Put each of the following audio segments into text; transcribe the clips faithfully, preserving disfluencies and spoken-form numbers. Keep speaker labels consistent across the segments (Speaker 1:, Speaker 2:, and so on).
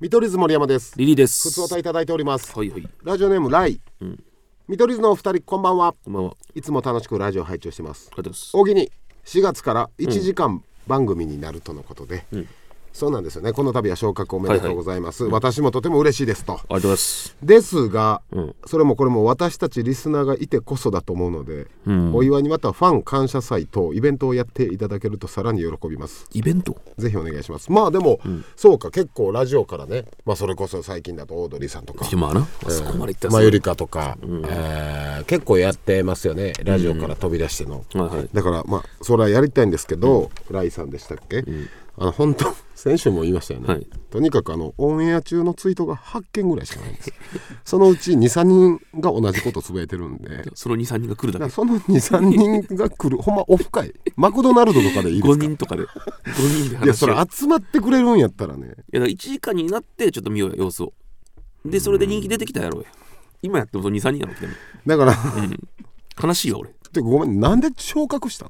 Speaker 1: 見取り図森山です。
Speaker 2: リリーです。
Speaker 1: ふつおたいただいております。
Speaker 2: はいはい。
Speaker 1: ラジオネームライ、うん、見取り図のお二人こんばんは。
Speaker 2: こんばんは。
Speaker 1: いつも楽しくラジオ拝聴してます。
Speaker 2: ありがとうございます。
Speaker 1: 大喜利しがつからいちじかん番組になるとのことで、うん、そうなんですよね。この度は昇格おめでとうございます、はいはい、私もとても嬉しいですと。
Speaker 2: ありがとうございます。
Speaker 1: ですが、うん、それもこれも私たちリスナーがいてこそだと思うので、うん、お祝いにまたファン感謝祭等イベントをやっていただけるとさらに喜びます。
Speaker 2: イベント
Speaker 1: ぜひお願いします。まあでも、うん、そうか結構ラジオからね、まあそれこそ最近だとオードリーさんとか、
Speaker 2: まあな、えー、そこまでいったら
Speaker 1: まあゆりかとか、うんえー、結構やってますよね。ラジオから飛び出しての、
Speaker 2: うんはいはい、
Speaker 1: だからまあそれはやりたいんですけど、うん、ライさんでしたっけ、うんあの本当先週も言いましたよね、はい、とにかくあのオンエア中のツイートがはちけんぐらいしかないんですそのうち にさんにんが同じことつぶやいてるんで
Speaker 2: その にさんにんが来るだけだ
Speaker 1: その にさんにんが来るほんまオフ会マクドナルドとかでいいですか
Speaker 2: ごにんとかでごにんで話し合う。
Speaker 1: いやそれ集まってくれるんやったらね。いや
Speaker 2: だからいちじかんになってちょっと見ようよ様子をでそれで人気出てきたやろうや。今やってもにさんにんやろって
Speaker 1: だから、
Speaker 2: うん、悲しいわ俺
Speaker 1: ってごめんなんで昇格したの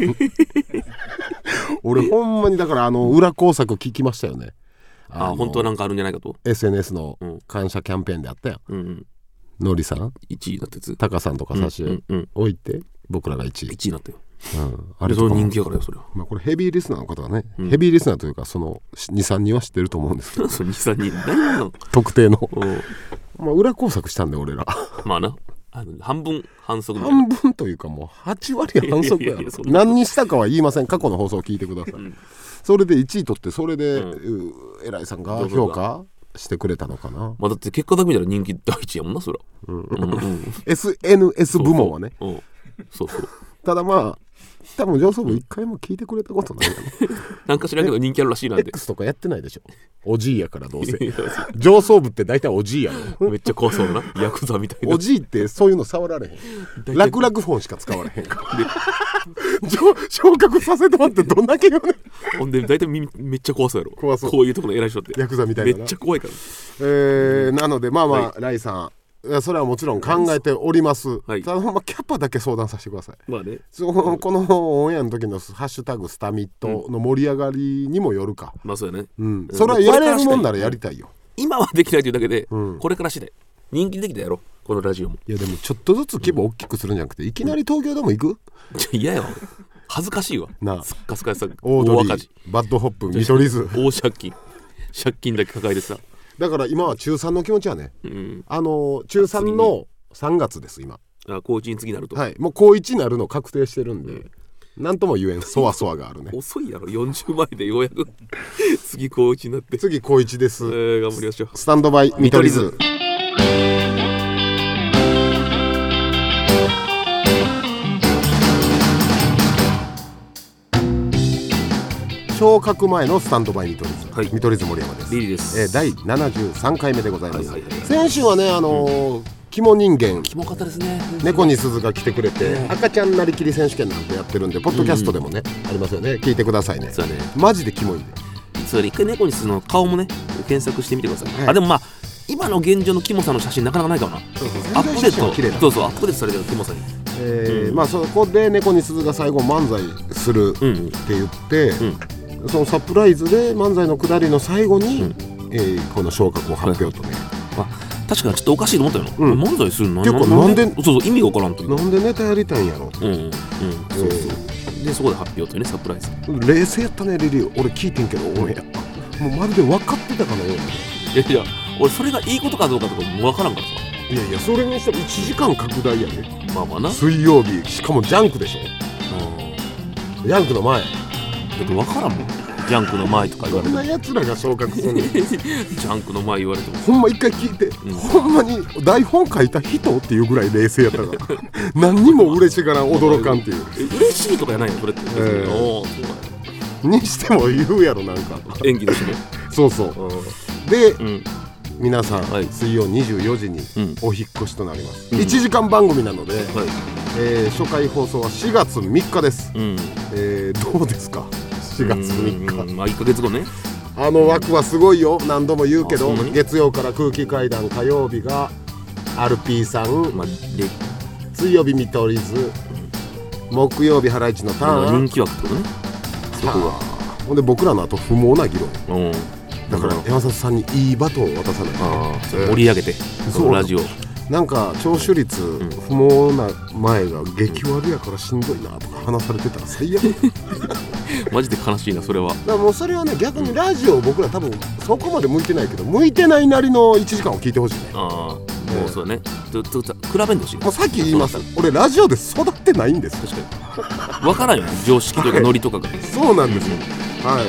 Speaker 1: 俺ほんまにだからあの裏工作聞きましたよね。
Speaker 2: ああ本当はなんかあるんじゃないかと
Speaker 1: エスエヌエス の感謝キャンペーンであったやん、うんうん、のりさん
Speaker 2: いちいなってつ
Speaker 1: タカさんとか差し置いて、うんうんうん、僕らがいちい
Speaker 2: いちいになったよ、
Speaker 1: うん、
Speaker 2: あれその人気やからよそれは、
Speaker 1: まあ、これヘビーリスナーの方はね、うん、ヘビーリスナーというかその にさんにんは知ってると思うんですけど
Speaker 2: そのにさんにん何なの
Speaker 1: 特定のまあ裏工作したんで俺ら
Speaker 2: まあなあの半分反則
Speaker 1: 半分というかもうはちわり反則やろ何にしたかは言いません。過去の放送を聞いてください、うん、それでいちい取ってそれで、うん、偉いさんが評価してくれたのかな。
Speaker 2: まあ、だって結果だけ見たら人気だいいちやもんなそら、うんうんうん、
Speaker 1: エスエヌエス 部門はね
Speaker 2: そうそう
Speaker 1: ただまあ多分上層部一回も聞いてくれたことないかな
Speaker 2: なんか知らんけど人気あるらしいなんで
Speaker 1: X とかやってないでしょ。おじいやからどうせ上層部って大体おじいやろ
Speaker 2: めっちゃ怖そうなヤクザみたいな
Speaker 1: おじいってそういうの触られへん楽々フォンしか使われへんから昇格させてもらってどんだけよね
Speaker 2: ほんで大体耳めっちゃ怖そうやろ。
Speaker 1: 怖そう
Speaker 2: こういうところの偉い人って
Speaker 1: ヤクザみたいな
Speaker 2: めっちゃ怖いから、
Speaker 1: えー、なのでまあまあ、はい、ライさんいやそれはもちろん考えております、はい、ただほんまキャパだけ相談させてください、
Speaker 2: まあね、
Speaker 1: そこのオンエアの時のハッシュタグスタミットの盛り上がりにもよるか、
Speaker 2: うん、まあそうやね、
Speaker 1: うん、それはやれるもんならやりたいよ。今
Speaker 2: はできないというだけで、うん、これから次第人気できたやろこのラジオも。
Speaker 1: いやでもちょっとずつ規模大きくするんじゃなくていきなり東京でも行く
Speaker 2: 嫌やわ恥ずかしいわなあ。すっかすかさ
Speaker 1: オードリーバッドホップ見取り図
Speaker 2: 大借金借金だけ抱えてさ
Speaker 1: だから今は中さんの気持ちはね、うん、あの中さんのさんがつです今。
Speaker 2: あ高いちに次なると、
Speaker 1: はい、もう高いちになるの確定してるんで、うん、なんとも言えんそわそわがあるね
Speaker 2: 遅いやろよんじゅうまいでようやく次高いちになって
Speaker 1: 次高いちです、
Speaker 2: えー、頑張りましょう。
Speaker 1: スタンドバイ見取り図昇格前のスタンドバイ見取り図、はい、見取り図森山です。
Speaker 2: リリーです、
Speaker 1: えー、だいななじゅうさんかいめでございます、はいはいはい、先週はねあのーうん肝人間
Speaker 2: キモかったですね。
Speaker 1: 猫に鈴が来てくれて、ね、赤ちゃんなりきり選手権なんてやってるんでポッドキャストでもね、うん、ありますよね。聞いてくださいね。
Speaker 2: そうね
Speaker 1: マジでキモいんで
Speaker 2: そう一回猫に鈴の顔もね検索してみてください、はい、あでもまあ今の現状のキモさの写真なかなかないかもな。アップデートそうそうアップデートされてるキモさに、
Speaker 1: えーうん、まあそこで猫に鈴が最後漫才するって言って、うんうん、そのサプライズで漫才の下りの最後に、うんえー、この昇格を発表とね、
Speaker 2: はい確かにちょっとおかしいと思ったよな、うん、漫才するの
Speaker 1: 結構なんで
Speaker 2: そうそう意味が分からんという
Speaker 1: なんでネタやりたいんやろ
Speaker 2: うんうん、うん、そうそうでそこで発表というねサプライズ
Speaker 1: 冷静やったねリリー俺聞いてんけどお前やもうまるで分かってたかのよう
Speaker 2: いやいや俺それがいいことかどうかとかもう分からんからさ
Speaker 1: いやいやそれにしてもいちじかん拡大やね。
Speaker 2: まあまあな
Speaker 1: 水曜日しかもジャンクでしょジャンクの前だ
Speaker 2: って分からんもんジャンクの前とか言われて
Speaker 1: こんなやつらが昇格するのジ
Speaker 2: ャンクの前言われても
Speaker 1: ほんま一回聞いて、うん、ほんまに台本書いた人っていうぐらい冷静やったから何にも嬉しがらん驚かんっていう
Speaker 2: 嬉しいとかやないのそれって、えー、お
Speaker 1: そうにしても言うやろなんか
Speaker 2: 演技でしょ
Speaker 1: そうそうで、うん、皆さん、はい、水曜にじゅうよじにお引っ越しとなります、うん、いちじかん番組なので、はいえー、初回放送はしがつみっかです、うんえー、どうですかしがつみっか
Speaker 2: まあいっかげつごね。
Speaker 1: あの枠はすごいよ何度も言うけど月曜から空気階段火曜日がアルピーさん、まあ、水曜日見取り図、うん、木曜日ハライチのターン
Speaker 2: 人気枠ってことねそこは
Speaker 1: ほんで僕らのあと不毛な議論、うん、 だから山里さんにいいバトンを渡さないと、
Speaker 2: あ、えー、盛り上げてそのラジオ
Speaker 1: なんか聴取率不毛な前が激悪やからしんどいなとか話されてたら最悪
Speaker 2: マジで悲しいなそれは。だ
Speaker 1: からもうそれはね逆にラジオ僕ら多分そこまで向いてないけど向いてないなりのいちじかんを聞いてほしいね。
Speaker 2: ああ、もうそうだね。ちょっと比べんでほしい。
Speaker 1: もうさっき言いました。俺ラジオで育ってないんです。
Speaker 2: 確かに分からんよね常識とかノリとかが、はい、
Speaker 1: そうなんですよ、はい。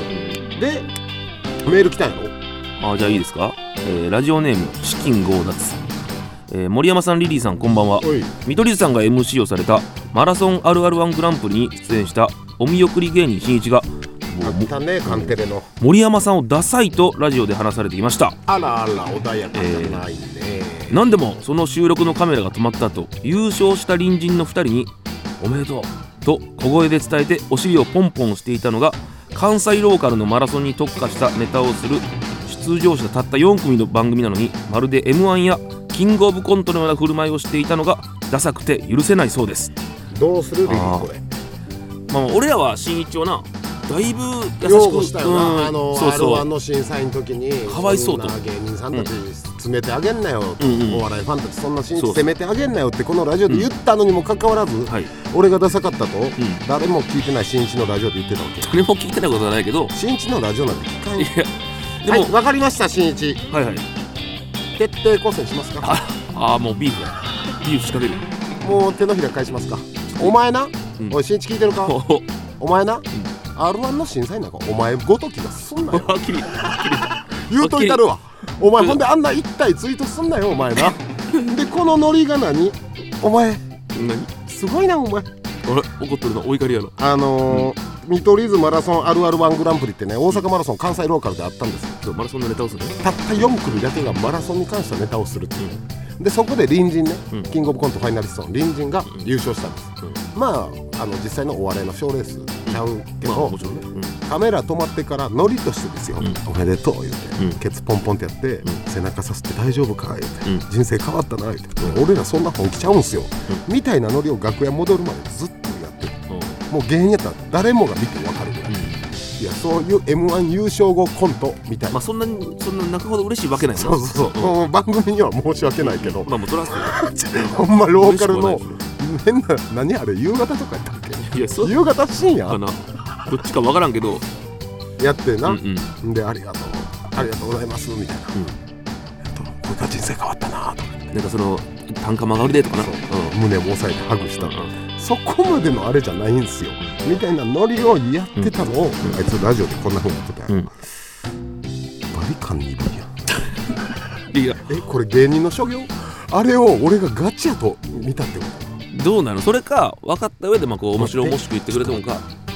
Speaker 1: でメール来たんやろ。
Speaker 2: あ、じゃあいいですか、えー、ラジオネームチキンゴーダツ、えー、森山さんリリーさんこんばんは。見取り図さんが エムシー をされたマラソン アールアールワン グランプリに出演したお見送り芸人しんいちが
Speaker 1: あったね、カンテレの
Speaker 2: 森山さんをダサいとラジオで話されていました。
Speaker 1: あらあら穏やかじゃないね、
Speaker 2: えー、なんでもその収録のカメラが止まった後優勝した隣人のふたりにおめでとうと小声で伝えてお尻をポンポンしていたのが関西ローカルのマラソンに特化したネタをする出場者たったよんくみの番組なのにまるで エムワン やキングオブコントのような振る舞いをしていたのがダサくて許せないそうです。
Speaker 1: どうするリリーこれ。
Speaker 2: まあ俺らはしんいちをなだいぶ優しく
Speaker 1: 擁護したよな、
Speaker 2: うん、
Speaker 1: あの
Speaker 2: そうそう
Speaker 1: アールワン の審査員の時に
Speaker 2: かわいそうと
Speaker 1: そんな芸人さんたち詰めてあげんなよ、
Speaker 2: うんうん、
Speaker 1: お笑いファンたちそんなしんいち責めてあげんなよってこのラジオで言ったのにもかかわらず、うんはい、俺がダサかったと、うん、誰も聞いてないしんいちのラジオで言ってたわけ。
Speaker 2: 誰も聞いてないことはないけど
Speaker 1: しんいちのラジオなんて聞かん。いや
Speaker 2: でも、
Speaker 1: はい、分かりましたしんいち、
Speaker 2: はいはい、
Speaker 1: 徹底抗戦しますか。
Speaker 2: ああもうビーフだビーフ仕掛ける。
Speaker 1: もう手のひら返しますか。お前な、うん、おいしんいち聞いてるかお前な、うん、アールワン の審査員なんかお前ごときがすんなよ言うといたるわお前。ほんであんな一体ツイートすんなよお前なでこのノリが何お前
Speaker 2: 何
Speaker 1: すごいなお前。
Speaker 2: あれ怒ってるなお怒りやな。
Speaker 1: あのーうん、見取り図マラソン アールアールワン グランプリってね大阪マラソン関西ローカルであったんですよ。
Speaker 2: マラソンのネタをする
Speaker 1: たったよん組だけがマラソンに関してはネタをするっていう、うん、でそこで隣人ね、うん、キングオブコントファイナリストの隣人が優勝したんです、うん、まああの実際のお笑いの賞レースちゃうけど、まあもちろんねうん、カメラ止まってからノリとしてですよ、うん、おめでとう言うて、うん、ケツポンポンってやって、うん、背中さすって大丈夫か言うて、うん、人生変わったな言うて、うん、俺らそんな本気ちゃうんすよ、うん、みたいなノリを楽屋戻るまでずっとやってる、うん、もう芸人やったら誰もが見て分かるぐらい、うん、いやそういう エムワン 優勝後コントみたいな、
Speaker 2: まあそんなにそんな泣くほど嬉しいわけないな。
Speaker 1: そうそうそう、もう番組には申し訳ないけど、
Speaker 2: まあもうトランス
Speaker 1: ほんまローカルの変な何あれ夕方とかやったっけ。
Speaker 2: いやそう
Speaker 1: 夕方深夜
Speaker 2: かなどっちかわからんけど
Speaker 1: やってな、
Speaker 2: うんうん、
Speaker 1: でありがとうありがとうございますみたいな、うん、僕は人生変わったなとか
Speaker 2: なんかその単価曲がりでとかな、
Speaker 1: うん、胸も押さえてハグした、うん、そこまでのあれじゃないんすよみたいなノリをやってたのを、うん、あいつラジオでこんな風に言ってたよ、うん、バリカン鈍いやん。いやえこれ芸人の所業あれを俺がガチやと見たってこと。
Speaker 2: どうなのそれか分かった上でまあこう面白おもしく言ってくれてもか。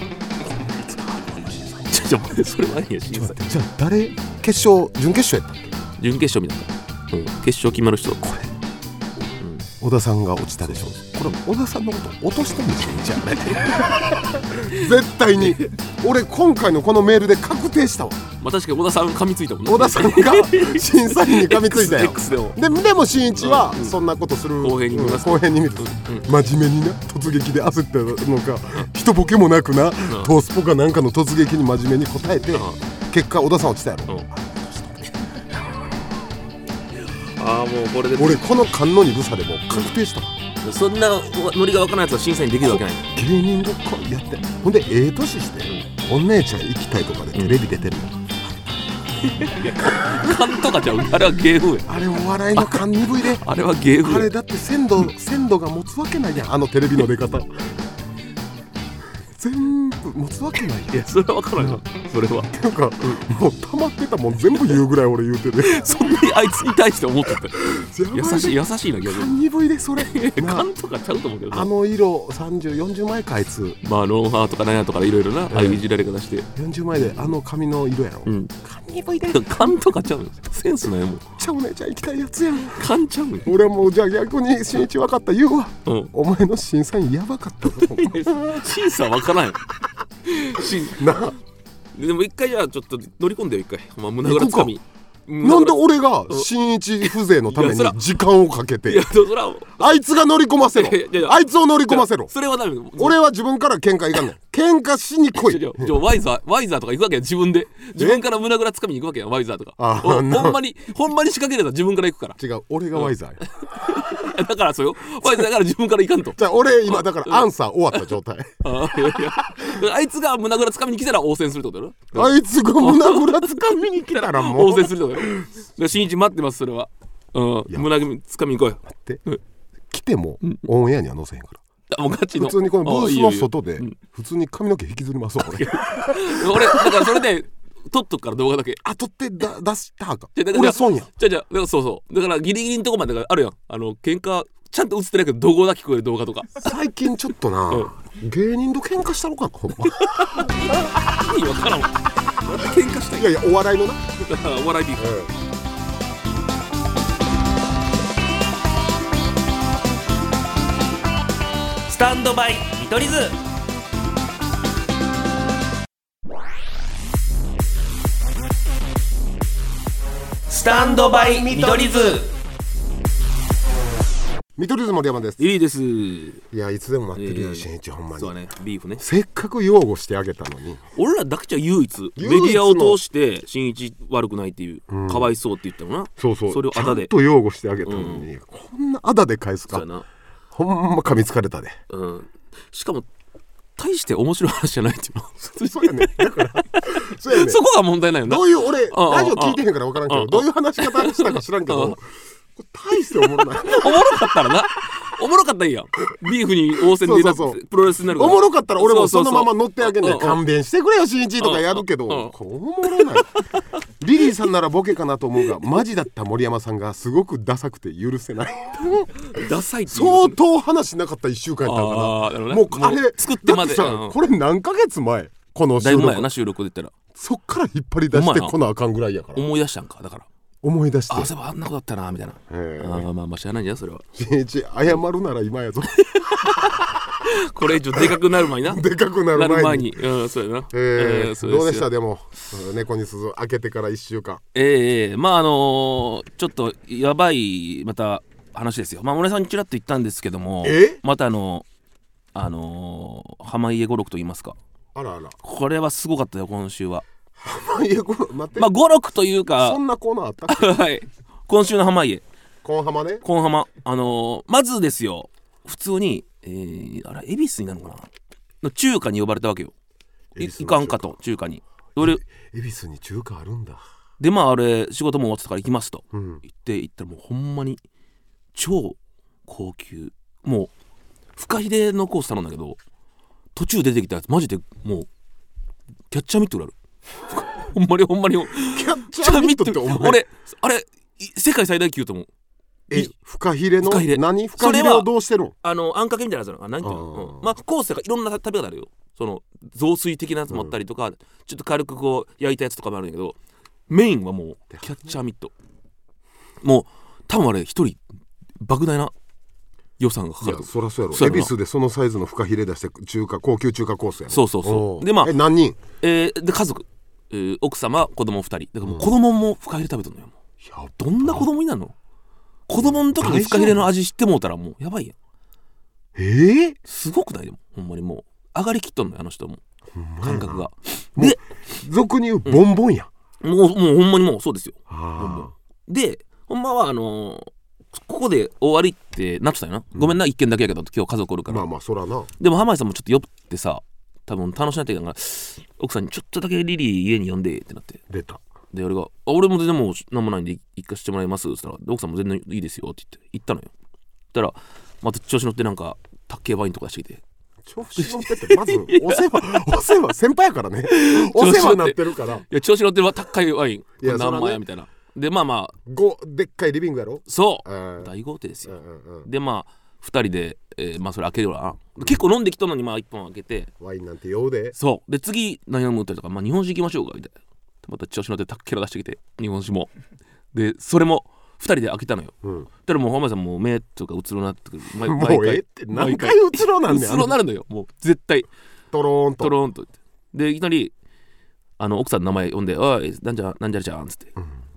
Speaker 2: ちょっとそれはいいや審査。
Speaker 1: じゃあ誰決勝準決勝やったっ
Speaker 2: け。準決勝みたいな、うん、決勝決まる人これ、
Speaker 1: うん、小田さんが落ちたでしょ。これ小田さんのこと落としてんですよじゃあ絶対に俺今回のこのメールで確定したわ。
Speaker 2: まあ確かに小田さん噛みついたもんね。
Speaker 1: 小田さんが審査員に噛みついたよで, でもしんいちはそんなことする、
Speaker 2: うん、公平に見ます、
Speaker 1: うん、公平に見る、うん、真面目にな突撃で焦ったのか、うん、人ボケもなくな、うん、トースポかなんかの突撃に真面目に答えて、うん、結果小田さん落ちたやろ、うん、
Speaker 2: ああもうこれで
Speaker 1: 俺この観音にブサでも確定したわ、
Speaker 2: うん、そんなノリが分からないやつは審査員できるわけない。
Speaker 1: 芸人がこうやってほんでええ年して、うん、お姉ちゃん行きたいとかでテレビ出てるの、
Speaker 2: うん、勘とかちゃうあれは芸風や。
Speaker 1: あれお笑いの勘鈍いで
Speaker 2: あれは芸風。
Speaker 1: あれだって鮮度鮮度が持つわけないやんあのテレビの出方全部持つわけないやん。
Speaker 2: いやそれは分からんよ、うん、それは
Speaker 1: なんか、うん、もう溜まってたもん全部言うぐらい俺言うてる
Speaker 2: そんなにあいつに対して思ってた優しい優しいな逆に。
Speaker 1: 勘鈍いでそれ
Speaker 2: 勘とかちゃうと思うけど
Speaker 1: あの色さんじゅう、よんじゅうまえかあいつ
Speaker 2: まあロンハーとかなんやとかいろいろな、ああいういじられ方してよ
Speaker 1: んじゅうまえであの髪の色やろ、うん、勘鈍いで
Speaker 2: 勘とかちゃうセンスないもん。
Speaker 1: ちゃうねちゃん行きたいやつやん
Speaker 2: 勘ちゃうね
Speaker 1: 俺はもうじゃあ逆にしんいち分かった言うわ、うん、お前の審査員やばかったぞ
Speaker 2: 審査分からんよなでも一回じゃあちょっと乗り込んでよ一回、まあ、胸ぐらつかみ
Speaker 1: なんで俺が新一風情のために時間をかけて、
Speaker 2: いやそら
Speaker 1: あいつが乗り込ませろ、
Speaker 2: いやいやいや
Speaker 1: あいつを乗り込ませろ。
Speaker 2: それはダメ。
Speaker 1: 俺は自分から喧嘩いかんねん。喧嘩しに来い。
Speaker 2: じゃあワイザーワイザーとか行くわけや。自分で自分から胸ぐらつかみに行くわけや。ワイザーとか
Speaker 1: あ
Speaker 2: ほんまにほんまに仕掛けるやつは自分から行くから。
Speaker 1: 違う、俺がワイザーや。
Speaker 2: だからそうよ、ワイザーだから自分から行かんと。
Speaker 1: じゃあ俺今だからアンサー終わった状態。
Speaker 2: あいやいやあいつが胸ぐらつかみに来たら応戦するってことだろ。
Speaker 1: あいつが胸ぐらつかみに来たらもう
Speaker 2: 応戦するってことだろ。で新一待ってます。それはうん胸ぐらつかみに来い。
Speaker 1: 待って、うん、来てもオンエアには載せへんから。
Speaker 2: もうガチの
Speaker 1: 普通にこのブースの外で普通に髪の毛引きずりますわ俺。
Speaker 2: 俺だからそれで撮っとくから動画だけ。
Speaker 1: あ撮ってだ出したか。
Speaker 2: 俺
Speaker 1: 俺損や。
Speaker 2: じゃじゃだからそうそうだからギリギリのとこまであるやん。あの喧嘩ちゃんと映ってないけどどこだ聞こえる動画とか。
Speaker 1: 最近ちょっとな、うん、芸人と喧嘩したのかなほんま。
Speaker 2: 意味わからんわ。喧嘩したい。
Speaker 1: いやいやお笑いのな
Speaker 2: お笑いビーフ、うん、スタンドバイ見取り図。スタンドバイ見取り図。
Speaker 1: 見取り図森山です。
Speaker 2: いいです。
Speaker 1: いやいつでも待ってるよ、えー、新一ほんまに。
Speaker 2: そうねビーフね。
Speaker 1: せっかく擁護してあげたのに
Speaker 2: 俺らだけじゃ唯一メディアを通して新一悪くないっていう、うん、かわいそうって言ったのな。
Speaker 1: そうそう
Speaker 2: それをあだで
Speaker 1: ちゃんと擁護してあげたのに、うん、こんなあだで返すか。ほんま噛みつかれたで、
Speaker 2: うん、しかも大して面白い話じゃないっていうの。
Speaker 1: そうやね。だからそうやね。
Speaker 2: そこが問題なんよな。
Speaker 1: どういう俺ラジオ聞いてへんから分からんけどどういう話し方したか知らんけどこれ大しておもろない。
Speaker 2: おもろかったらなおもろかったらいいやん。ビーフに応戦でなってプロレスになるから
Speaker 1: おもろかったら俺もそのまま乗ってあげんねん。勘弁してくれよ新一とかやるけどおもろない。リリーさんならボケかなと思うがマジだった森山さんがすごくダサくて許せない。
Speaker 2: ダサいって
Speaker 1: 相当話なかったいっしゅうかんやったから、ね、もうあれ
Speaker 2: 作ってまで
Speaker 1: さ、うん、これ何ヶ月前この収録だいぶ
Speaker 2: 前やな収録で言ったら
Speaker 1: そっから引っ張り出してこなあかんぐらいやから。
Speaker 2: 思い出したんかだから
Speaker 1: 思い出して
Speaker 2: あそういえばあんなことだったなみたいな。あまあまあ知らないんじゃんそれは。
Speaker 1: 新一謝るなら今やぞ。
Speaker 2: これ以上でかくなる前にな。
Speaker 1: でかくなる前に。なる前に
Speaker 2: うんそうやな。
Speaker 1: えーえー、どうでしたでも猫に鈴開けてからいっしゅうかん。
Speaker 2: ええー、まああのー、ちょっとやばいまた話ですよ。まあ森さんにちらっと言ったんですけども、
Speaker 1: え
Speaker 2: またあのあのー、濱家語録と言いますか。
Speaker 1: あらあら。
Speaker 2: これはすごかったよ今週は。
Speaker 1: 濱家語録待って。
Speaker 2: まあ語録というか。
Speaker 1: そんなコーナーあったっけ。
Speaker 2: はい。今週の濱家。
Speaker 1: コンハマね。
Speaker 2: コンハマあのー、まずですよ普通に、えー、あれ恵比寿になるのかなの中華に呼ばれたわけよ。いかんかと中華に。俺
Speaker 1: 恵比寿に中華あるんだ。
Speaker 2: でまああれ仕事も終わってたから行きますと、うん、行って行ったらもうほんまに超高級もうフカヒレのコース頼んだけど途中出てきたやつマジでもうキャッチャーミットがある。ほんまにほんまに
Speaker 1: キャッチャーミットってお前
Speaker 2: 俺あれ世界最大級と思う。
Speaker 1: えフカヒレの何フカヒレをどうしてるの。
Speaker 2: あのあんかけみたいなやつなのあ何ていうの、うん、まあコースがいろんな食べ方あるよ。その雑炊的なやつもあったりとか、うん、ちょっと軽くこう焼いたやつとかもあるんだけどメインはもうキャッチャーミット。もう多分あれ一人莫大な予算がかかる。
Speaker 1: いやそらそうやろ。恵比寿でそのサイズのフカヒレ出して中華高級中華コースやろ。
Speaker 2: そうそうそうでまあ
Speaker 1: え何人、
Speaker 2: えー、で家族、えー、奥様子供ふたりだからもう子供もフカヒレ食べてるのよ。もうどんな子供になるの。子供の時にフカヒレの味知ってもうたらもうやばいやん。
Speaker 1: えー、
Speaker 2: すごくないでもほんまにもう上がりきっとんのよあの人も感覚が。
Speaker 1: で俗に言うボンボンや、
Speaker 2: うん、もうもうほんまにもうそうですよ。でほんまはあのー、ここで終わりってなってたよな、うん、ごめんな一軒だけやけど今日家族おるから。
Speaker 1: まあまあそらな。
Speaker 2: でも濱家さんもちょっと酔ってさ多分楽しなってきたから奥さんにちょっとだけリリー家に呼んでってなって
Speaker 1: 出た。で
Speaker 2: 俺があ俺も全然もう何もないんで行かしてもらいますって言ったら奥さんも全然いいですよって言って行ったのよ。そしたらまた調子乗ってなんかタッケーワインとか出してきて。
Speaker 1: 調子乗ってってまずお世話お世話先輩やからね。お世話になってるから。い
Speaker 2: や調子乗ってる高いワイン何万やみたいな。でまあまあ
Speaker 1: ごでっかいリビングやろ。
Speaker 2: そう大豪邸ですよ。でまあふたりで、えー、まあそれ開けるわな。結構飲んできたのにまあいっぽん開けて
Speaker 1: ワインなんて酔うで。
Speaker 2: そうで次何飲むってとかまあ日本酒行きましょうかみたいな。また調子乗ってタッケラ出してきて日本酒もでそれもふたりで開けたのよ。うん、だからもう浜田さんもう目とかうつろなってくる。
Speaker 1: もうええって何回うつろなんねん。
Speaker 2: うつろなるのよもう絶対
Speaker 1: トローンと
Speaker 2: トローンとでいきなりあの奥さんの名前呼んでおいなんじゃなんじゃりちゃんっつって、うん、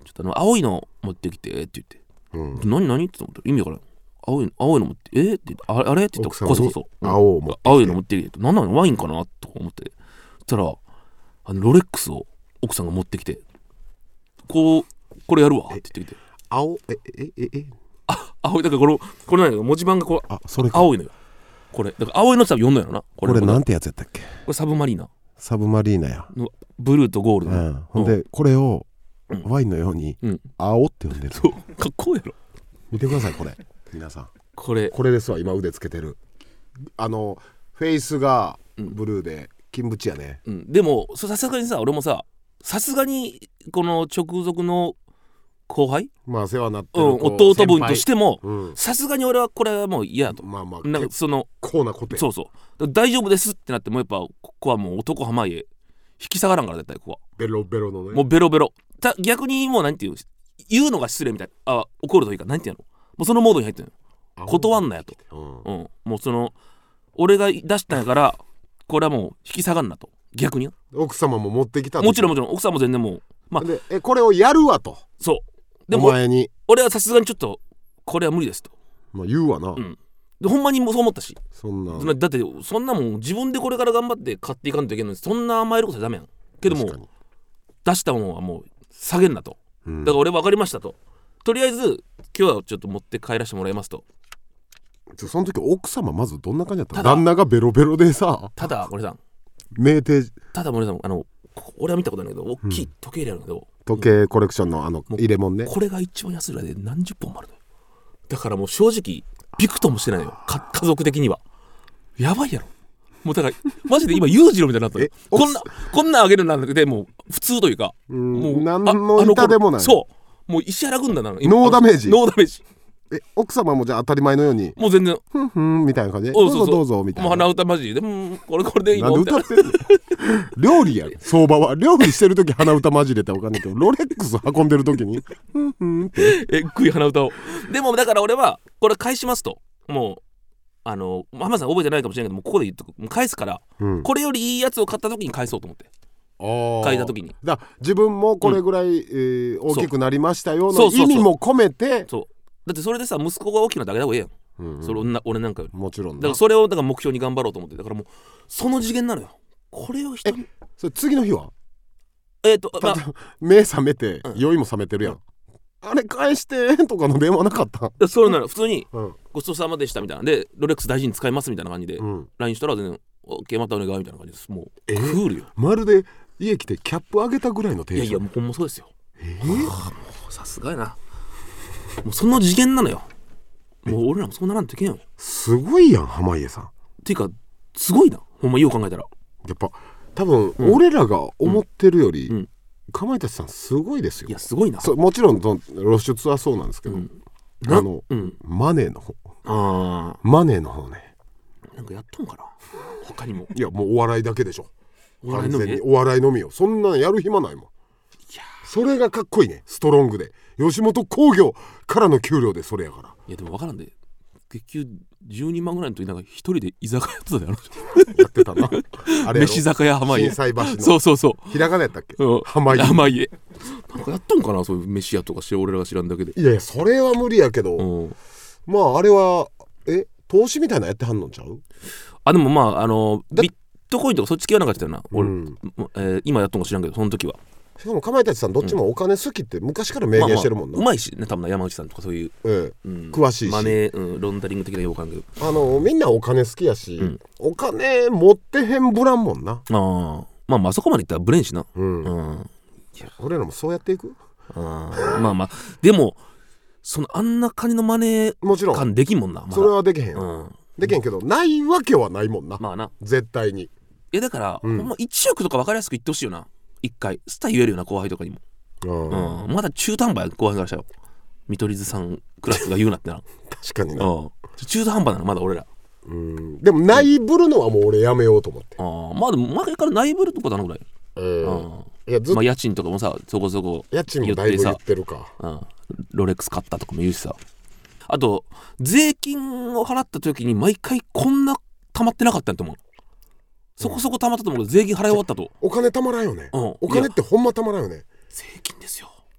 Speaker 2: ちょっとあの青いの持ってきてって言って、うん、何何って思ったら意味わからん。青い青いの持ってえー、って言って あ, あれって言ったらこそこそ
Speaker 1: 青を持って
Speaker 2: 青いの持ってきて何なのワインかなと思って、そしたらあのロレックスを奥さんが持ってきてこうこれやるわって言ってきて
Speaker 1: 青ええええ
Speaker 2: あ青いだからこのこれ何文字盤がこうあそれ青いのよこれだから青いのって読んだよな
Speaker 1: これこれなんてやつやったっけ。こ
Speaker 2: れサブマリーナ
Speaker 1: サブマリーナや
Speaker 2: ブルーとゴールド、
Speaker 1: うん、ほんでこれをワインのように青って呼んでる、
Speaker 2: うん、そうかっこいいやろ。
Speaker 1: 見てくださいこれ皆さん
Speaker 2: これ
Speaker 1: これですわ今腕つけてるあのフェイスがブルーで金縁やね、
Speaker 2: うん、でもさすがにさ俺もささすがにこの直属の後輩
Speaker 1: まあ世話になってる、
Speaker 2: うん、弟分としてもさすがに俺はこれはもう嫌だと、
Speaker 1: まあまあ
Speaker 2: なんかその
Speaker 1: こうなことや
Speaker 2: そうそう大丈夫ですってなってもやっぱここはもう男濱家引き下がらんから絶対ここは
Speaker 1: ベロベロのね
Speaker 2: もうベロベロた逆にもうなんていう言うのが失礼みたいなあ怒るといいかなんていうのもうそのモードに入ってるの断んなやと、うんうん、もうその俺が出したんやからこれはもう引き下がんなと逆に
Speaker 1: 奥様も持ってきた
Speaker 2: もちろんもちろん奥さんも全然もう
Speaker 1: まあでえこれをやるわと
Speaker 2: そうでも
Speaker 1: お前に
Speaker 2: 俺はさすがにちょっとこれは無理ですと
Speaker 1: まあ言うわな、
Speaker 2: うん、でほんまにもうそう思ったし
Speaker 1: そんな
Speaker 2: だってそんなもん自分でこれから頑張って買っていかんといけないのにそんな甘えることはダメやんけども出したもんはもう下げんなと、うん、だから俺分かりましたととりあえず今日はちょっと持って帰らせてもらいますと。
Speaker 1: その時奥様まずどんな感じだったの。旦那がベロベロでさ
Speaker 2: ただ森さん
Speaker 1: 酩酊
Speaker 2: ただ森さんあの俺は見たことないけど大きい時計入れあるんだけど、うん、
Speaker 1: 時計コレクションのあの入れ物ね
Speaker 2: これが一番安いらで何十本もあるのよ。だからもう正直ビクともしてないのよ家族的にはやばいやろもうだからマジで今裕次郎みたいになったのこんなこんなあげるなんだけどもう普通というか
Speaker 1: うんもう何の痛でもない
Speaker 2: そうもう石原軍団なの
Speaker 1: ノーダメージ
Speaker 2: ノーダメージ
Speaker 1: え奥様もじゃあ当たり前のように
Speaker 2: もう全然
Speaker 1: ふんふんみたいな感じでどうぞどうぞみたいな
Speaker 2: もう鼻歌マジでもこれこれでいいの
Speaker 1: なんで歌ってんの料理やん相場は料理してる時鼻歌混じれたら分かんないけどロレックス運んでる時にふんふんって
Speaker 2: えっくい鼻歌をでもだから俺はこれ返しますともうあの浜田さん覚えてないかもしれないけどもここで言っとくもう返すから、うん、これよりいいやつを買った時に返そうと思って買いた時に
Speaker 1: だ自分もこれぐらい、うんえー、大きくなりましたよの意味も込めて
Speaker 2: そうだってそれでさ息子が大きくなってあげた方がいいやん、うんうん、それな俺なんかより
Speaker 1: もちろん
Speaker 2: だからそれをだから目標に頑張ろうと思ってだからもうその次元なのよこれを人に
Speaker 1: それ次の日は
Speaker 2: えっ、ー、と、
Speaker 1: まあ、目覚めて、うん、酔いも覚めてるやん、うん、あれ返してとかの電話なかった
Speaker 2: それなら普通に、うん、ごちそうさまでしたみたいなでロレックス大事に使いますみたいな感じで、うん、ライン したら全然 OK またお願いみたいな感じですもう、えー、クールよ
Speaker 1: まるで家来てキャップ上げたぐらいのテンション
Speaker 2: いやいやもうほんまそうですよえー、さすがやなもうその次元なのよもう俺らもそうならんといけんよ
Speaker 1: すごいやん濱家さん
Speaker 2: っていうかすごいなほんまよう考えたら
Speaker 1: やっぱ多分、うん、俺らが思ってるより、うん、かまいたちさんすごいですよ
Speaker 2: いやすごいな
Speaker 1: そもちろん露出はそうなんですけど、うん、あの、うん、マネーの方あマネーの方ね
Speaker 2: なんかやっとんかな他にも
Speaker 1: いやもうお笑いだけでしょお笑いのみお笑いのみよそんなんやる暇ないもんいやそれがかっこいいねストロングで吉本興業からの給料でそれやから
Speaker 2: いやでも分からんで月給じゅうにまんぐらいの時なんか一人で居酒屋やってたであの
Speaker 1: 人やってたなあれ
Speaker 2: 飯酒屋濱家
Speaker 1: 心斎橋の
Speaker 2: そうそうそう
Speaker 1: ひらがなやったっけ、うん、濱家
Speaker 2: 濱家なんかやったんかなそういう飯屋とかして俺らが知らんだけで
Speaker 1: いやいやそれは無理やけど、うん、まああれはえ投資みたいなやってはんのんちゃう
Speaker 2: あでもまああのビットコインとかそっち系はなかったよな、俺、うんえー、今やっとんか知らんけどその時は
Speaker 1: しかもかまいたちさんどっちもお金好きって昔から明言してるもんな、
Speaker 2: まあまあ、うまいしね多分山内さんとかそういう、
Speaker 1: ええうん、詳しいし
Speaker 2: マネー、うん、ロンダリング的なようかんけど
Speaker 1: あのみんなお金好きやし、うん、お金持ってへんブランもんな
Speaker 2: あまあまあそこまでいったらブレんしな、うんうん、
Speaker 1: いや俺らもそうやっていく
Speaker 2: あまあまあでもそのあんな金のマネー感できんもんな、
Speaker 1: ま、それはできへんよ、うん、できへんけどないわけはないもんな
Speaker 2: まあな
Speaker 1: 絶対に
Speaker 2: いやだから、うん、ほんまいちおくとか分かりやすく言ってほしいよな一回スター言えるよな後輩とかにも、うん、まだ中途半端や後輩からしたよ見取り図さんクラスが言うなってな
Speaker 1: 確かにな、
Speaker 2: うん、中途半端なのまだ俺ら
Speaker 1: うんでも内ブルのはもう俺やめようと思って、
Speaker 2: うん、あまあでも前から内ブルとかだなぐらい、えーうんいやずっまあ、家賃とかもさそこそこ
Speaker 1: 家賃もだいぶ言ってるか、
Speaker 2: うん、ロレックス買ったとかも言うしさあと税金を払った時に毎回こんな溜まってなかったんと思うそこそこ溜まったと思うけど税金払い終わったと
Speaker 1: お金溜まらんよね、うん、お金ってほんま溜まらんよね
Speaker 2: 税金ですよ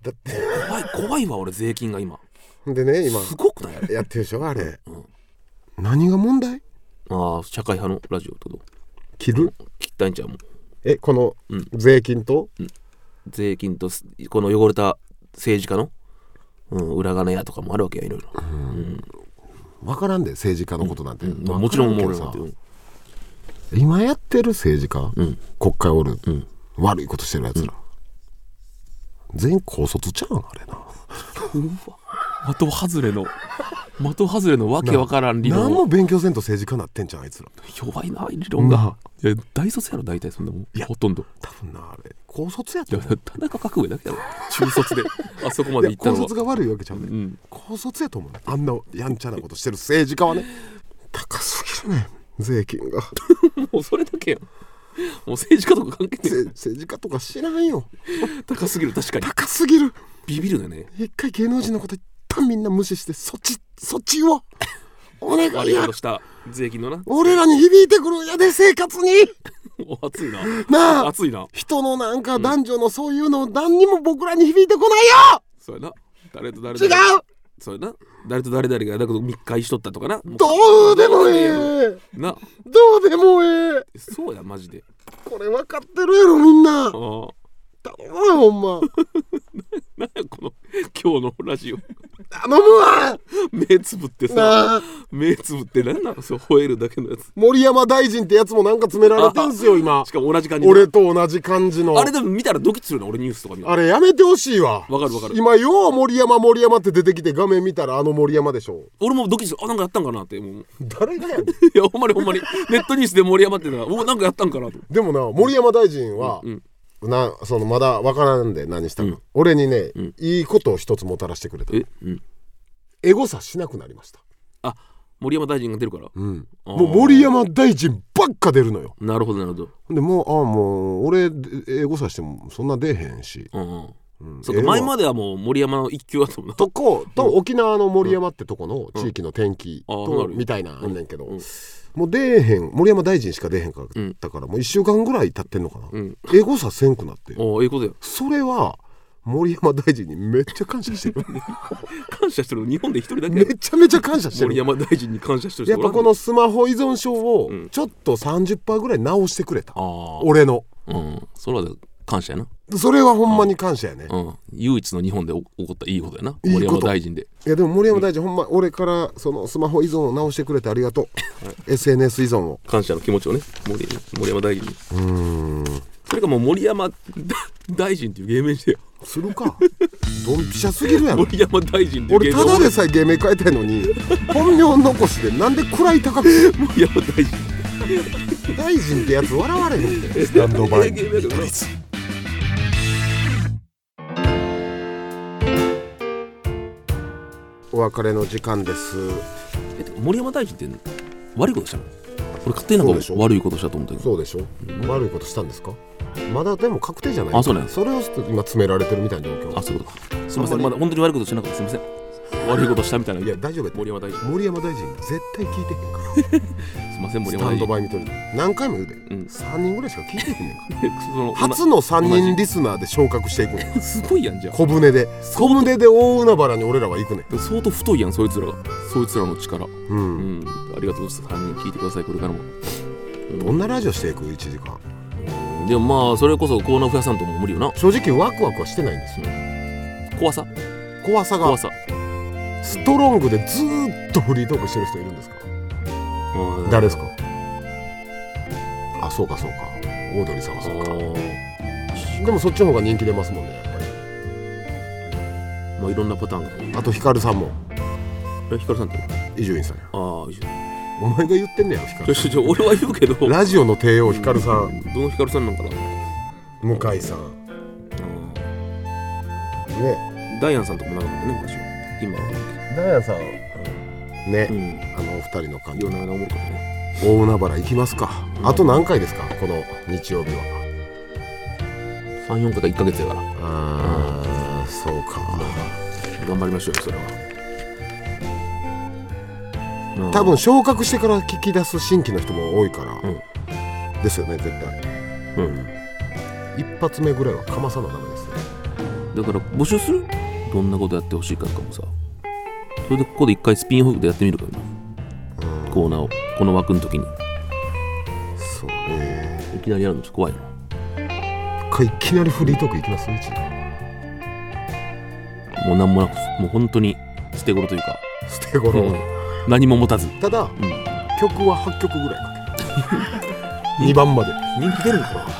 Speaker 1: だって
Speaker 2: 怖い怖いわ俺税金が今
Speaker 1: でね今
Speaker 2: すごくない
Speaker 1: やってるでしょあれ、うん、何が問題？
Speaker 2: ああ社会派のラジオってこと
Speaker 1: 切る？
Speaker 2: 切ったいんちゃうもん。
Speaker 1: えこの税金と、
Speaker 2: うん、税金とこの汚れた政治家の、うん、裏金やとかもあるわけやいろいろ、うん、
Speaker 1: 分からんで政治家のことなんて、
Speaker 2: うんうん、もちろんもう俺なんて、うん、
Speaker 1: 今やってる政治家、うん、国会おる、うん、悪いことしてるやつら、うん、全員高卒ちゃうんあれな
Speaker 2: 的外れの的外れのわけわからん理論。
Speaker 1: 何も勉強せんと政治家なってんじゃんあいつら。
Speaker 2: 弱いな理論が。いや大卒やろ大体そんなもん。ほとんど
Speaker 1: 多分なあれ高卒やった。
Speaker 2: 田中角栄だけやろ中卒であそこまで行ったのは。
Speaker 1: 高卒が悪いわけちゃうね、うん、高卒やと思うね。あんなやんちゃなことしてる政治家はね高すぎるね税金が
Speaker 2: もうそれだけやん。もう政治家とか関係ない。
Speaker 1: 政治家とか知らんよ
Speaker 2: 高すぎる。確かに
Speaker 1: 高すぎる。
Speaker 2: ビビるよね。
Speaker 1: 一回芸能人のことみんな無視してそっちそっちをお願いや。
Speaker 2: 悪いことした税金のな
Speaker 1: 俺らに響いてくるんやで生活に
Speaker 2: お熱いな
Speaker 1: なあ
Speaker 2: 熱いな。
Speaker 1: 人のなんか男女のそういうの何にも僕らに響いてこないよ。
Speaker 2: そうやな誰と誰
Speaker 1: 違う
Speaker 2: そうやな誰と誰々がだけど密会しとったとかな。
Speaker 1: どうでもええ
Speaker 2: な
Speaker 1: どうでもええ。
Speaker 2: そうやマジで
Speaker 1: これ分かってるやろみんな。ああ頼むわほんま
Speaker 2: なんやこの今日のラジオ
Speaker 1: 頼むわ。
Speaker 2: 目つぶってさ目つぶって何なのそう吠えるだけのやつ。
Speaker 1: 森山大臣ってやつもなんか詰められてんすよ今。
Speaker 2: しかも同じ感じ。
Speaker 1: 俺と同じ感じの
Speaker 2: あれでも見たらドキッするな俺ニュースとか見る。
Speaker 1: あれやめてほしいわ。
Speaker 2: わかるわかる。
Speaker 1: 今よう森山森山って出てきて画面見たらあの森山でしょ。
Speaker 2: 俺もドキッする。あなんかやったんかなってもう
Speaker 1: 誰がやねんい
Speaker 2: やほんまにほんまにネットニュースで森山ってのがおなんかやったんかなと。
Speaker 1: でもな森山大臣は、うんうんなそのまだ分からんで何したか、うん、俺にね、うん、いいことを一つもたらしてくれた。え、うん、エゴサしなくなりました。
Speaker 2: あ森山大臣が出るから、
Speaker 1: うん、もう森山大臣ばっか出るのよ。
Speaker 2: なるほどなるほど。
Speaker 1: でもうあもう俺エゴサしてもそんな出えへんし、うんうん
Speaker 2: うん、そうか前まではもう森山の一級だと思うな
Speaker 1: とこと沖縄の森山ってとこの地域の天気とみたいなあんねんけど、うんうん、もう出えへん森山大臣しか出えへんかったから、うん、もういっしゅうかんぐらい経ってんのかな、うん、エゴサせんくなって。
Speaker 2: おええことや。
Speaker 1: それは森山大臣にめっちゃ感謝してる
Speaker 2: 感謝してるの日本で一人だけ。
Speaker 1: めちゃめちゃ感謝してる
Speaker 2: 森山大臣に感謝してる人。
Speaker 1: やっぱこのスマホ依存症をちょっと さんじゅっパーセント ぐらい直してくれた、うん、俺の、
Speaker 2: うん、それは感謝やな。
Speaker 1: それはほんまに感謝やね、
Speaker 2: うん、唯一の日本で起こったいいことやな。いい森山大臣で。
Speaker 1: いやでも森山大臣、うん、ほんま俺からそのスマホ依存を直してくれてありがとう、はい、エスエヌエス 依存を
Speaker 2: 感謝の気持ちをね 森, 森山大臣に。うーんそれかもう森山大臣っていう芸名してよ。
Speaker 1: するかドンピシャすぎるやろ
Speaker 2: 森山大臣っていう芸名。
Speaker 1: 俺ただでさえ芸名変えたいのに本名残しでなんで位高く
Speaker 2: 森山大臣
Speaker 1: 大臣ってやつ笑われへんでスタンドバイにお別れの時間です。
Speaker 2: え森山大臣って悪いことしたの？俺勝手になんか悪いことしたと思ったけど。
Speaker 1: そうでしょ、うん、悪いことしたんですか？まだでも確定じゃない。
Speaker 2: あそうね。
Speaker 1: それを今詰められてるみたいな状況。
Speaker 2: あそういうことか。すみませんまだ本当に悪いことしなかったすみません。悪いことしたみたいな。
Speaker 1: いや大丈夫。
Speaker 2: 森山大臣
Speaker 1: 森山大臣絶対聞いてへんから
Speaker 2: すみません森山大臣スタンド
Speaker 1: バイ見とる何回も言うで、うん、さんにんぐらいしか聞いてへんねんから初のさんにんリスナーで昇格していくねん
Speaker 2: すごいやんじゃん。
Speaker 1: 小舟で小舟で大海原に俺らは行くねん。
Speaker 2: 相当太いやんそいつらがそいつらの力、うんうん、ありがとうございます。さんにん聞いてくださいこれからも、
Speaker 1: うん、どんなラジオしていくいちじかん。
Speaker 2: でもまあそれこそコーナー増やさんとも無理よな。
Speaker 1: 正直ワクワクはしてないんですよ。
Speaker 2: 怖さ
Speaker 1: 怖さが
Speaker 2: 怖さ
Speaker 1: ストロングでずーっとフリートークしてる人いるんですか？誰ですか？あそうかそうかオードリーさんはそうか。でもそっちの方が人気出ますもんねやっぱり。
Speaker 2: まあいろんなパターンが。
Speaker 1: あとヒカルさんも。
Speaker 2: えヒカルさんって
Speaker 1: 伊集院さんや。
Speaker 2: ああ伊集院
Speaker 1: お前が言ってんねやろヒカルさん。
Speaker 2: ちょちょ俺は言うけど
Speaker 1: ラジオの帝王ヒカルさん。
Speaker 2: どのヒカルさんなんかな。
Speaker 1: 向井さんね。
Speaker 2: ダイアンさんとかもなかったね昔は。今は
Speaker 1: ダイアンさん、うん、ね、うん、あのお二人の感じ。
Speaker 2: 大
Speaker 1: 海原行きますか、うん、あと何回ですかこの日曜日は。
Speaker 2: さん、よんかいかいっかげつやから。あ
Speaker 1: あ、うん、そうか、
Speaker 2: うん、頑張りましょうよそれは、
Speaker 1: うん、多分昇格してから聞き出す新規の人も多いから、うん、ですよね絶対、うん、一発目ぐらいはかまさなダメですね。
Speaker 2: だから募集する、どんなことやってほしいかとかもさ、それでここで一回スピンオフでやってみるからな、うん、コーナーをこの枠の時に。
Speaker 1: そうね、
Speaker 2: いきなりやるのちょっと怖いな。
Speaker 1: いきなりフリートークいきます。うち
Speaker 2: もうなんもなく、もう本当に捨て頃というか、
Speaker 1: 捨て頃、うん、
Speaker 2: 何も持たず。
Speaker 1: ただ、うん、曲ははっきょくぐらいかけにばんまで
Speaker 2: 人気出るのかな。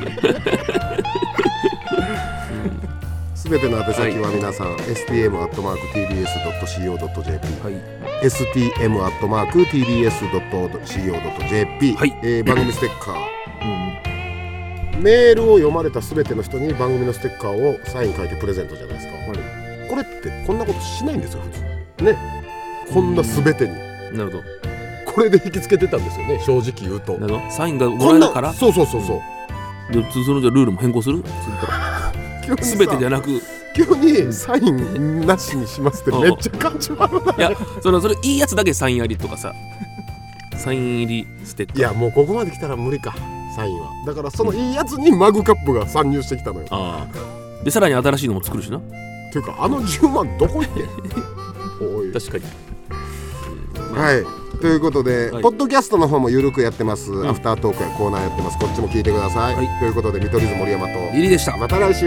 Speaker 1: すべての宛先は皆さん、はい、エスティーエムアットマークティーディーエスドットシーオードットジェーピー、はい、エスティーエムアットマークティーディーエスドットシーオードットジェーピー、はい、えー、番組ステッカー、うん、メールを読まれたすべての人に番組のステッカーをサイン書いてプレゼントじゃないですか、はい、これってこんなことしないんですよ普通ね、こんなすべてに。
Speaker 2: なるほど。
Speaker 1: これで引きつけてたんですよね、正直言うと。
Speaker 2: なるほど、サインがもらえるから。
Speaker 1: そうそうそうそう、
Speaker 2: うん、でそのじゃルールも変更するすべてじゃなく
Speaker 1: 急にサインなしにしますってめっちゃ感じ悪い。
Speaker 2: いや、そのそれいいやつだけサインありとかさ、サイン入りステッカー。
Speaker 1: いやもうここまで来たら無理か、サインは。だからそのいいやつにマグカップが参入してきたのよ。
Speaker 2: あでさらに新しいのも作るしな。
Speaker 1: っていうかあのじゅうまんどこ行ってんおい
Speaker 2: 確かに、
Speaker 1: うん、はい、ということで、はい、ポッドキャストの方もゆるくやってます、うん、アフタートークやコーナーやってます。こっちも聞いてください、はい、ということで見取り図森山と
Speaker 2: リリーでした。
Speaker 1: また来週。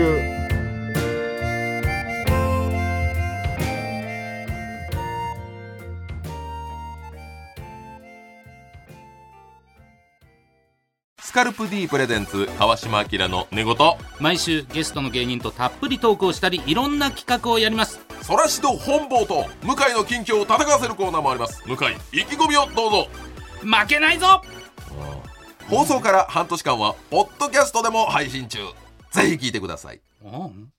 Speaker 3: スカルプ D プレゼンツ川島明の寝言。
Speaker 4: 毎週ゲストの芸人とたっぷりトークをしたり、いろんな企画をやります。
Speaker 3: そらしど本坊と向井の近況を戦わせるコーナーもあります。向井意気込みをどうぞ。
Speaker 4: 負けないぞ。
Speaker 3: 放送から半年間はポッドキャストでも配信中。ぜひ聞いてください。
Speaker 4: うん